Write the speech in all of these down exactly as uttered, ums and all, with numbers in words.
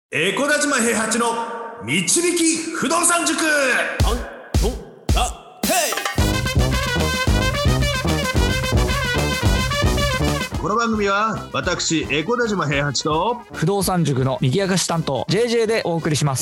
エコダ島平八の導き不動産塾。この番組は私エコダ島平八と不動産塾の右明かし担当 ジェージェー でお送りします。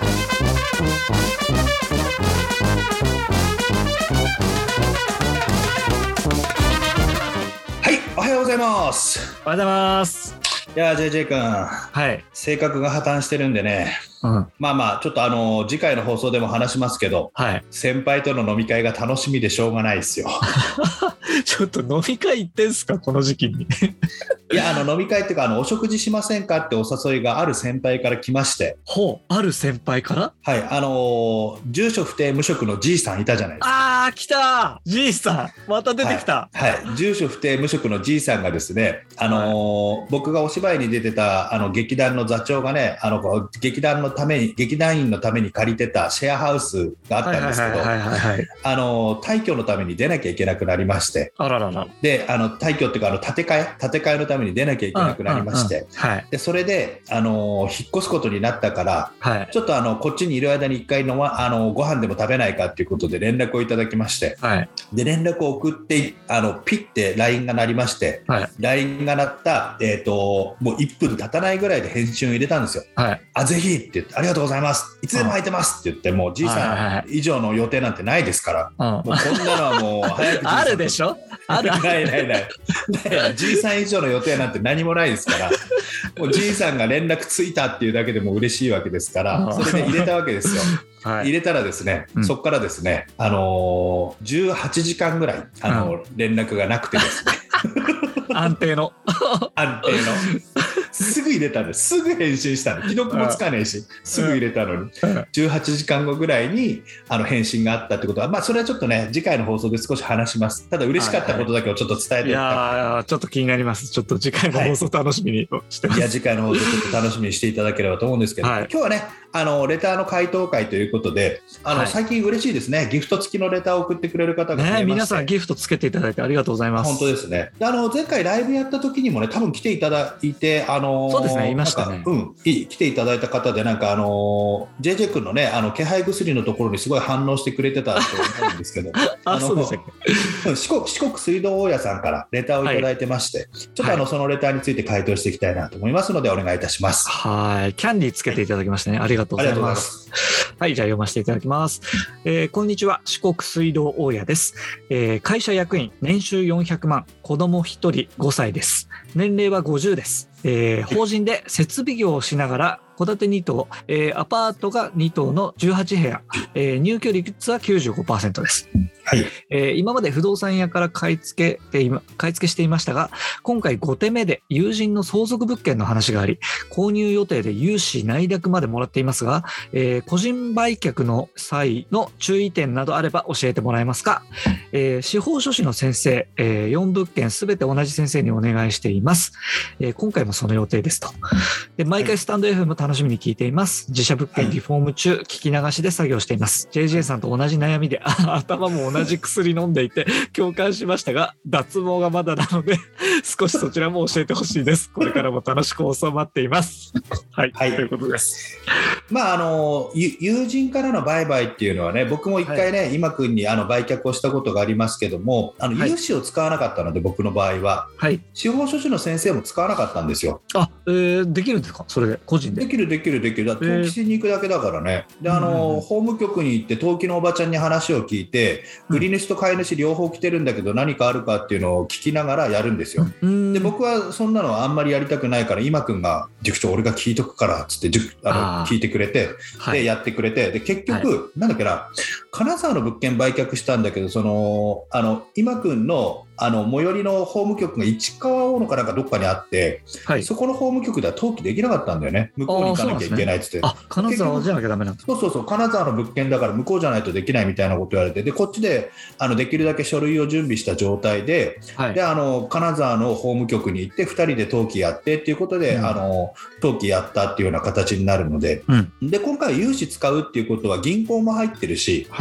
はい、おはようございます。 おはようございます。 いや ジェージェー 君、 はい、 性格が破綻してるんでね、うん、まあまあちょっとあの次回の放送でも話しますけど、はい、先輩との飲み会が楽しみでしょうがないですよ。 ちょっと飲み会行ってんすかこの時期に。 いや、あの飲み会っていうか、あのお食事しませんかってお誘いがある先輩から来まして。 ほう、ある先輩から。 はい、あのー、住所不定無職の G さんいたじゃないですか。 あー来た G さんまた出てきた。 はい、はい、住所不定無職の G さんがですね、あのーはい、僕がお芝居に出てたあの劇団の座長がね、あの劇団のために劇団員のために借りてたシェアハウスがあったんですけど、あの退去のために出なきゃいけなくなりまして、 あららら。 で、あの退去っていうか、あの建て替え建て替えのために出なきゃいけなくなりまして、うんうんうん、はい、でそれで、あの引っ越すことになったから、はい、ちょっとあのこっちにいる間に一回の、ま、あのご飯でも食べないかっていうことで連絡をいただきまして、はい、で連絡を送ってあのピッて ライン が鳴りまして、はい、ライン が鳴った、えーと、もういっぷん経たないぐらいで返信を入れたんですよ。はい、あぜひって言って、ありがとうございます、いつでも空いてますって言って、もう G さん以上の予定なんてないですから、うん、もうこんなのはもう早くあるでしょ。あるないないないG さん以上の予定なんて何もないですから、もう G さんが連絡ついたっていうだけでも嬉しいわけですから、それで入れたわけですよ。はい、入れたらですね、うん、そこからですね、あのー、じゅうはちじかんぐらい、あのーうん、連絡がなくてですね安定の安定のすぐ入れたんです。すぐ返信したの。既読もつかねえし、すぐ入れたのに、じゅうはちじかんごぐらいにあの返信があったってことは、まあそれはちょっとね、次回の放送で少し話します。ただ嬉しかったことだけをちょっと伝えておきたい。 はいはい、いやちょっと気になります。ちょっと次回の放送楽しみにしてます。 はい、いや次回の放送ちょっと楽しみにしていただければと思うんですけど、はい、今日はね、あのレターの回答会ということで、あの、はい、最近嬉しいですね。ギフト付きのレターを送ってくれる方が増えまして、ね、 皆さんギフトつけていただいてありがとうございます。 本当ですね。で、あの前回ライブやった時にもね、多分来ていただいて、あのそうですね、いましたね。 うん、来ていただいた方で、なんかあの ジェージェー 君のね、あの気配薬のところにすごい反応してくれてたと思うんですけどあそうでしたっけ。四国、四国水道大家さんからレターをいただいてまして、はい、ちょっとあの、はい、そのレターについて回答していきたいなと思いますのでお願いいたします。 はい、キャンディーつけていただきましたね。ありがとうございます。はい、じゃあ読ませていただきます。えー、こんにちは、四国水道大家です。えー、会社役員、年収よんひゃくまん、子供ひとりごさいです。年齢はごじゅうです。えー、法人で設備業をしながら戸建てに棟、えー、アパートがに棟のじゅうはちへや、えー、入居率は きゅうじゅうごパーセント です。はい、えー、今まで不動産屋から買い付けて今買い付けしていましたが、今回ごてんめで友人の相続物件の話があり、購入予定で融資内諾までもらっていますが、えー、個人売却の際の注意点などあれば教えてもらえますか。えー、司法書士の先生、えー、よんぶっけんすべて同じ先生にお願いしています。えー、今回もその予定ですと。で、毎回スタンド エフエム 楽しみに聞いています。自社物件リフォーム中、はい、聞き流しで作業しています。ジェージェー さんと同じ悩みで頭も同じ薬飲んでいて共感しましたが、脱毛がまだなので少しそちらも教えてほしいです。これからも楽しく収まっています。はい、はい、ということです。 まああの友人からの売買っていうのはね、僕も一回ね、はい、今君にあの売却をしたことがありますけども、あの融資を使わなかったので、はい、僕の場合は、はい、司法書士の先生も使わなかったんですよ。 あ、えー、できるんですかそれで個人で。 できるできるできる。だ登記しに行くだけだからね。で、あの、うん、法務局に行って登記のおばちゃんに話を聞いて、売り主と買い主両方来てるんだけど何かあるかっていうのを聞きながらやるんですよ。うん、で、僕はそんなのはあんまりやりたくないから、今君が塾長俺が聞いとくからっつってあの聞いてくれて、はい、でやってくれて、で結局、はい、なんだっけな、金沢の物件売却したんだけど、そのあの今君のあの最寄りの法務局が市川大野かなんかどっかにあって、はい、そこの法務局では登記できなかったんだよね。向こうに行かなきゃいけないっつって。 あ、金沢じゃなきゃダメなんです。 そうそうそう、金沢の物件だから向こうじゃないとできないみたいなこと言われて、でこっちであのできるだけ書類を準備した状態で、はい、であの金沢の法務局に行ってふたりで登記やってっていうことで、うん、あの登記やったっていうような形になるので、うん、で今回融資使うっていうことは銀行も入ってるし、はい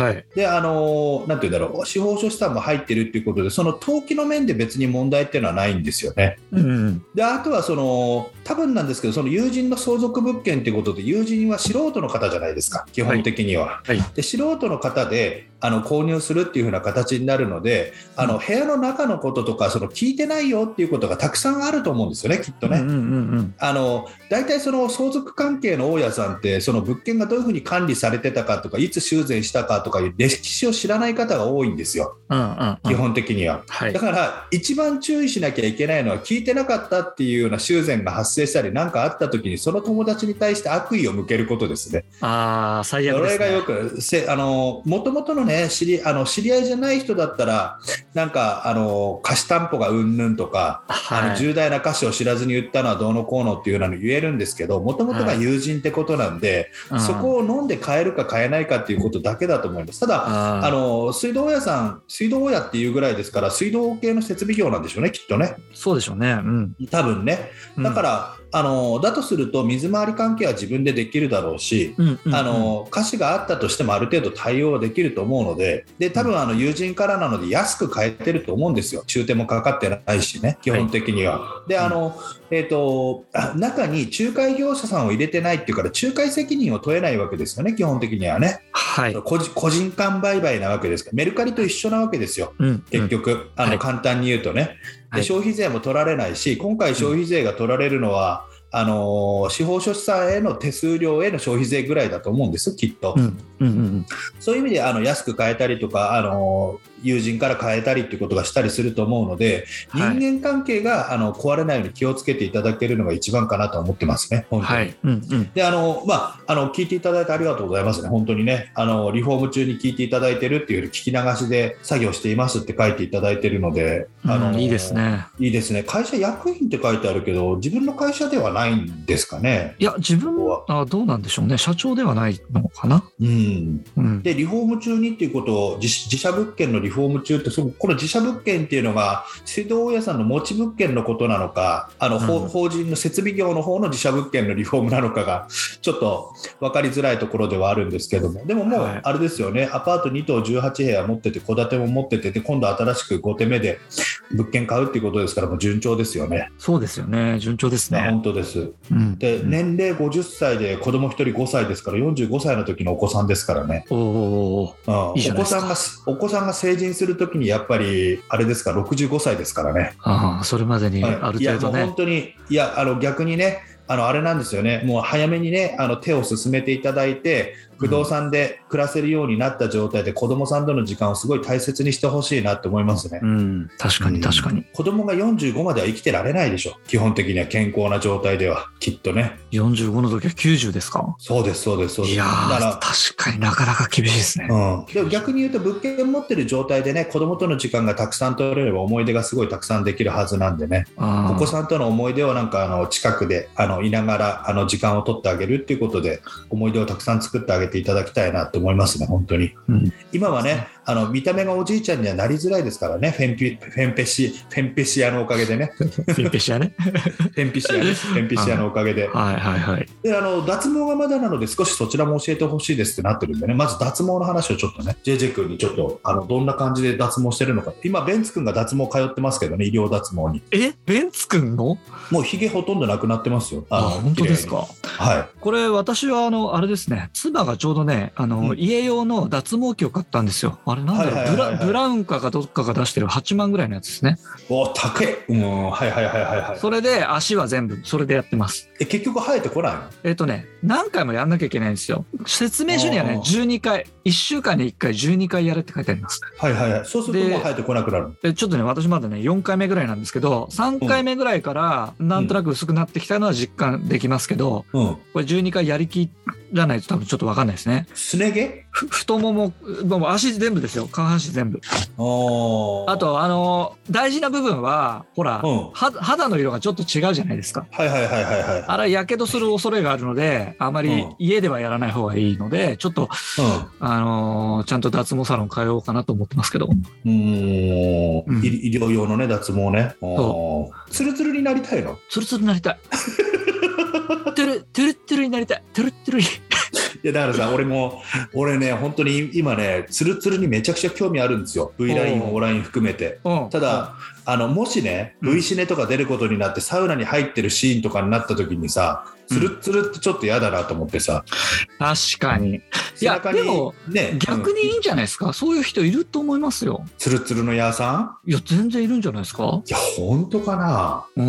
はい、 であのなんていうんだろう、司法書士さんも入ってるっていうことで、その登記の面で別に問題っていうのはないんですよね。 うんうん、 であとはその多分なんですけど、その友人の相続物件っていうことで、友人は素人の方じゃないですか、基本的には。 はいはい、 で素人の方であの購入するっていう風な形になるので、あの部屋の中のこととかその聞いてないよっていうことがたくさんあると思うんですよね、きっとね。 うんうんうんうん、 あの大体その相続関係の大家さんって、その物件がどういうふうに管理されてたかとか、いつ修繕したかとかいう歴史を知らない方が多いんですよ、 うんうんうん、 基本的には、はい、だから一番注意しなきゃいけないのは、聞いてなかったっていうような修繕が発生したり何かあった時に、その友達に対して悪意を向けることですね。 あー、最悪ですね。 それがよくせあの元々のね、知りあの知り合いじゃない人だったら、なんかあの貸し担保がうんぬんとか、はい、あの重大な貸しを知らずに言ったのはどうのこうのっていうのは言えるんですけど、もともとが友人ってことなんで、はい、そこを飲んで買えるか買えないかっていうことだけだと思います。ただああの水道大家さん、水道大家っていうぐらいですから、水道系の設備業なんでしょうね、きっとね。 そうでしょうね、うん、 多分ね。だから、うん、あのだとすると水回り関係は自分でできるだろうし、うんうんうん、あの貸しがあったとしてもある程度対応はできると思うので、で多分あの友人からなので安く買えてると思うんですよ。中手もかかってないしね、基本的には、はい、であの、えーと、中に仲介業者さんを入れてないっていうから、仲介責任を問えないわけですよね、基本的にはね、はい、個人、個人間売買なわけですから、メルカリと一緒なわけですよ、うん、結局あの、はい、簡単に言うとね。で消費税も取られないし、今回消費税が取られるのは、うん、あの司法書士さんへの手数料への消費税ぐらいだと思うんです、きっと、うんうんうん、そういう意味であの安く買えたりとか、あの友人から買えたりということがしたりすると思うので、はい、人間関係があの壊れないように気をつけていただけるのが一番かなと思ってますね、本当に、はい、うんうん、であの、まあ、あの聞いていただいてありがとうございますね、本当にね。あのリフォーム中に聞いていただいてるっていうより、聞き流しで作業していますって書いていただいてるので、あの、うん、いいですね。いいですね。会社役員って書いてあるけど、自分の会社ではないんですかね。 いや、自分はあどうなんでしょうね、社長ではないのかな、うんうん、でリフォーム中にっていうことを、自, 自社物件のリフォーム中って、そこの自社物件っていうのが水道大家さんの持ち物件のことなのか、あの、うん、法人の設備業の方の自社物件のリフォームなのかがちょっと分かりづらいところではあるんですけども、でももうあれですよね、はい、アパートに棟じゅうはちへや持ってて、戸建ても持ってて、で今度新しくご手目で物件買うっていうことですから、もう順調ですよね。 そうですよね、順調ですね。 本当です、うん、で年齢ごじゅっさいで子供ひとりごさいですから、よんじゅうごさいの時のお子さんですからね。おお、うん、いいじゃないですか。お子さんがお子さんが成人する時にやっぱりあれですか、ろくじゅうごさいですからね。 ああ、それまでにある程度ね。いやもう本当に、いやあの逆にね、あのあれなんですよね、もう早めにね、あの手を進めていただいて、不動産で暮らせるようになった状態で、子供さんとの時間をすごい大切にしてほしいなって思いますね。 うん、確かに確かに、うん、 子供がよんじゅうごまでは生きてられないでしょ、基本的には健康な状態ではきっとね。 よんじゅうごの時はきゅうじゅうですか。 そうですそうですそうです。 いやー、だから確かになかなか厳しいですね、 うん、でも逆に言うと、物件持ってる状態でね、子供との時間がたくさん取れれば思い出がすごいたくさんできるはずなんでね、お子さんとの思い出をなんかあの近くであのいながらあの時間を取ってあげるっていうことで、思い出をたくさん作ってあげていただきたいなと思いますね、本当に、うん、今はね、あの見た目がおじいちゃんにはなりづらいですからね、フェンピ、フェンペシ、フェンペシアのおかげでねフェンペシアねフェンペシアねフェンペシアのおかげで、 はいはいはい、 であの脱毛がまだなので少しそちらも教えてほしいですってなってるんでね、まず脱毛の話をちょっとね ジェイジェイ 君にちょっとあのどんな感じで脱毛してるのか。今ベンツ君が脱毛通ってますけどね、医療脱毛に。 え、ベンツ君のもうひげほとんどなくなってますよ。 ああ、本当ですか。 はい、 これ私はあのあれですね、妻がちょうどね、あの、うん、家用の脱毛器を買ったんですよ。あれなんだろう、はいはいはいはい、ブラ、ブラウンかかどっかが出してるはちまんぐらいのやつですね。 お、高い。うん、はいはいはいはいはい。 それで足は全部それでやってます。 え、結局生えてこないの？ えっとね、何回もやんなきゃいけないんですよ。説明書にはね、じゅうにかい、いっしゅうかんにいっかいじゅうにかいやれって書いてあります。 はいはいはい。そうするともう生えてこなくなる。 で、ちょっとね、私まだねよんかいめぐらいなんですけど、さんかいめぐらいからなんとなく薄くなってきたのは実感できますけど、うん、これじゅうにかいやりきらないと多分ちょっと分かんないですね。 すね毛？ 太もも、もう足全部ですよ、下半身全部。あとあの大事な部分はほら、うん、肌の色がちょっと違うじゃないですか。 はいはいはいはいはい。 あれやけどする恐れがあるので、あまり家ではやらない方がいいので、ちょっと、うん、あのー、ちゃんと脱毛サロン通おうかなと思ってますけど。 うーん、うん、医療用のね脱毛ね。そう。ツルツルになりたいの？ ツルツルになりたい。トゥルトゥルトゥルになりたい。トゥルトゥルに。 やだからさ、俺も俺ね本当に今ねツルツルにめちゃくちゃ興味あるんですよ。 V ライン、オーライン含めて。ただあのもしね V シネとか出ることになってサウナに入ってるシーンとかになった時にさ、ツルツルってちょっと嫌だなと思ってさ。 確かに。いやでも、ね、逆にいいんじゃないですか、うん、そういう人いると思いますよ。 ツルツルのヤーさん。いや全然いるんじゃないですか。 いや本当かな、うん、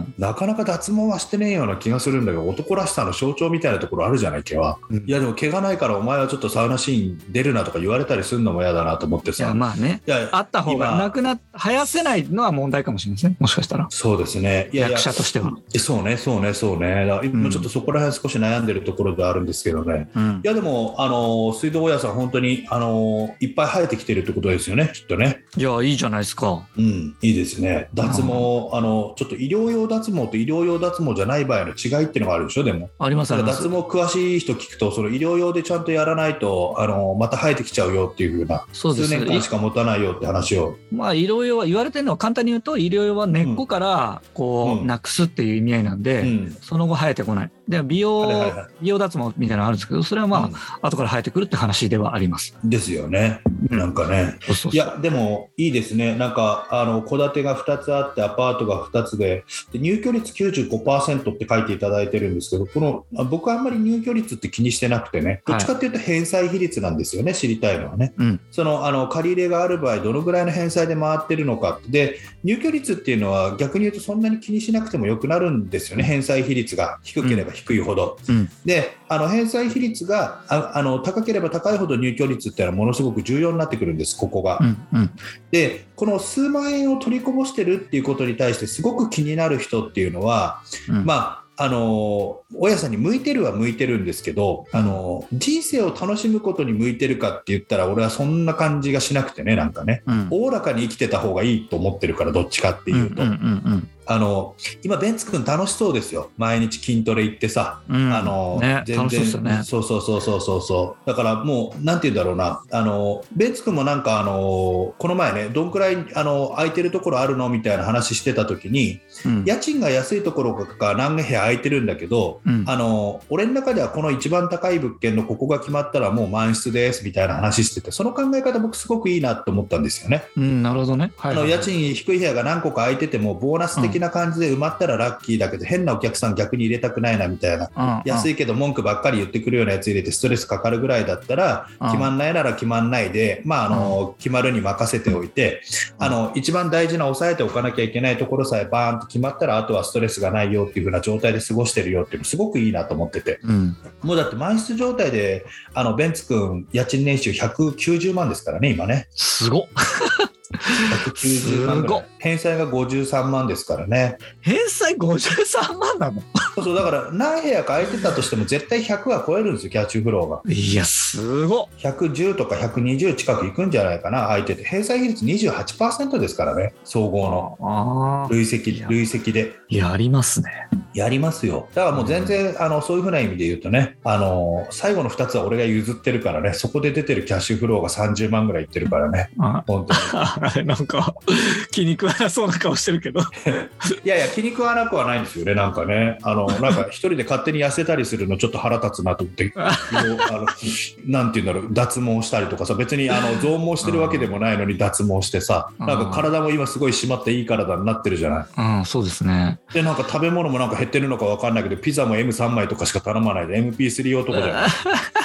なかなか脱毛はしてねえような気がするんだけど、男らしさの象徴みたいなところあるじゃない毛は、うん、いやでも毛がないからお前はちょっとサウナシーン出るなとか言われたりするのも嫌だなと思ってさ。 いやまあね、いやあった方がなくな生やせないのは問題かもしれないですね、もしかしたら。 そうですね。いやいや役者としてはそうねそうねそうね。だから今ちょっとそこら辺少し悩んでるところであるんですけどね、うん、いやでもあの水道大家さん本当にあのいっぱい生えてきてるってことですよね、きっとね。 いやいいじゃないですか。 うん、いいですね。脱毛、あのちょっと医療用脱毛と医療用脱毛じゃない場合の違いっていうのがあるでしょ。でもありますあります。 脱毛詳しい人聞くと、その医療用でちゃんとやらないとあのまた生えてきちゃうよっていう風な、数年間しか持たないよって話を。 まあ医療用は言われてるのは簡単に言うと、医療用は根っこからこう、うん、なくすっていう意味合いなんで、うん、その後生えてこない。で美容、はいはいはい、美容脱毛みたいなのあるんですけど、それはまあ、うん、後から生えてくるって話ではあります。 ですよね。なんかね、そうそうそう。いやでもいいですね。なんかあの戸建てがふたつあってアパートがふたつ で, で入居率 きゅうじゅうごパーセント って書いていただいてるんですけど、この僕はあんまり入居率って気にしてなくてね、どっちかっていうと返済比率なんですよね、知りたいのはね、うん、そのあの借り入れがある場合どのぐらいの返済で回ってるのかで、入居率っていうのは逆に言うとそんなに気にしなくてもよくなるんですよね、返済比率が低ければ低いほど、うん、であの返済比率が あ, あの高ければ高いほど入居率っていうのはものすごく重要になってくるんです、ここが、うんうん、でこの数万円を取りこぼしてるっていうことに対してすごく気になる人っていうのは、うん、まああの大家さんに向いてるは向いてるんですけど、あの人生を楽しむことに向いてるかって言ったら俺はそんな感じがしなくてね、なんかね、おおらかに生きてた方がいいと思ってるから、どっちかっていうと、うんうんうんうん、あの今ベンツ君楽しそうですよ、毎日筋トレ行ってさ、うん、あの、ね、全然楽しそうですよね。そうそうそうそうそうそうだからもうなんて言うんだろうな、あのベンツ君もなんかあのこの前ね、どんくらいあの空いてるところあるのみたいな話してた時に、うん、家賃が安いところが何部屋空いてるんだけど、うん、あの俺の中ではこの一番高い物件のここが決まったらもう満室ですみたいな話してて、その考え方僕すごくいいなと思ったんですよね、 うん、なるほどね、はいはいはい、 あの家賃低い部屋が何個か空いててもボーナス的な感じで埋まったらラッキーだけど、うん、変なお客さん逆に入れたくないなみたいな、うん、安いけど文句ばっかり言ってくるようなやつ入れてストレスかかるぐらいだったら、うん、決まんないなら決まんないで、まああのうん、決まるに任せておいて、うん、あの一番大事な抑えておかなきゃいけないところさえバーンと決まったらあとはストレスがないよっていう風な状態で過ごしてるよっていうのすごくいいなと思ってて、うん、もうだって満室状態であのベンツ君家賃年収ひゃくきゅうじゅうまんですからね今ね。 すごっひゃくきゅうじゅうまんぐらい、返済がごじゅうさんまんですからね。 返済ごじゅうさんまんなのそうそう、だから何部屋か空いてたとしても絶対ひゃくは超えるんですよ、キャッチフローが。 いやすごっ、 ひゃくじゅうとかひゃくにじゅう近くいくんじゃないかな、空いてて。返済比率 にじゅうはちパーセント ですからね、総合の累積累積でやりますね。 やりますよ。だからもう全然、うん、あのそういう風な意味で言うとね、あの最後のふたつは俺が譲ってるからね、そこで出てるキャッシュフローがさんじゅうまんぐらいいってるからね、本当になんか気に食わなそうな顔してるけどいやいや気に食わなくはないんですよね。なんかね、あのなんか一人で勝手に痩せたりするのちょっと腹立つなと思ってあのなんていうんだろう、脱毛したりとかさ、別にあの増毛してるわけでもないのに脱毛してさ、なんか体も今すごい締まっていい体になってるじゃない。 うん、そうですね。 でなんか食べ物もなんか減ってるのか分かんないけど、ピザも エムさん 枚とかしか頼まないで エムピースリー 男じゃない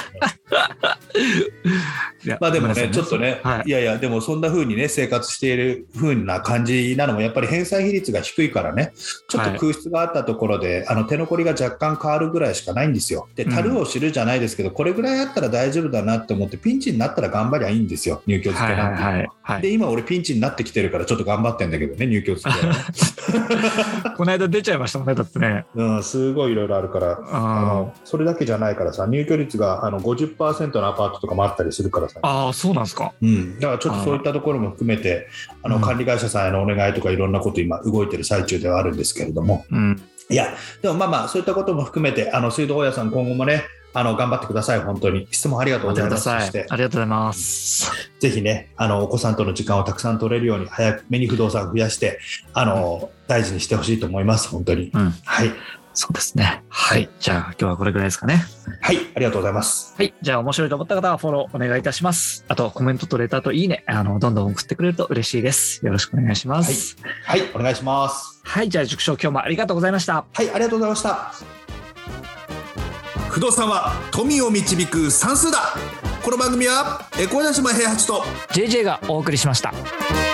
まあでもねちょっとね、はい、いやいやでもそんな風にね生活している風な感じなのもやっぱり返済比率が低いからね、ちょっと空室があったところで、はい、あの手残りが若干変わるぐらいしかないんですよ。で樽を知るじゃないですけど、うん、これぐらいあったら大丈夫だなって思ってピンチになったら頑張りゃいいんですよ、入居付けなんて、はいはいはい、で今俺ピンチになってきてるからちょっと頑張ってんだけどね、入居付けは、 ね、この間出ちゃいましたもんね、だってね、 うん、すごいいろいろあるから、あのそれだけじゃないからさ、入居率があの ごじゅっパーセント のアパートとかもあったりするからさ。 ああそうなんですか、 うん、だからちょっとそういったところも含めてあの管理会社さんへのお願いとかいろんなこと今動いてる最中ではあるんですけれども、うん、いやでもまあまあそういったことも含めてあの水道大家さん今後もねあの頑張ってください。本当に質問ありがとうございます。 ありがとうございます。 ぜひねあのお子さんとの時間をたくさん取れるように早めに不動産増やしてあの、うん、大事にしてほしいと思います本当に、うん、はいそうですね。はい。じゃあ今日はこれぐらいですかね。 はい。ありがとうございます。 はい。じゃあ面白いと思った方はフォローお願いいたします。あとコメントとレターといいね、あの、どんどん送ってくれると嬉しいです。よろしくお願いします。 はい。はい、お願いします。 はい。じゃあ塾長今日もありがとうございました。 はい。ありがとうございました。不動産は富を導く算数だ。この番組は小林島平八とジェイジェイ がお送りしました。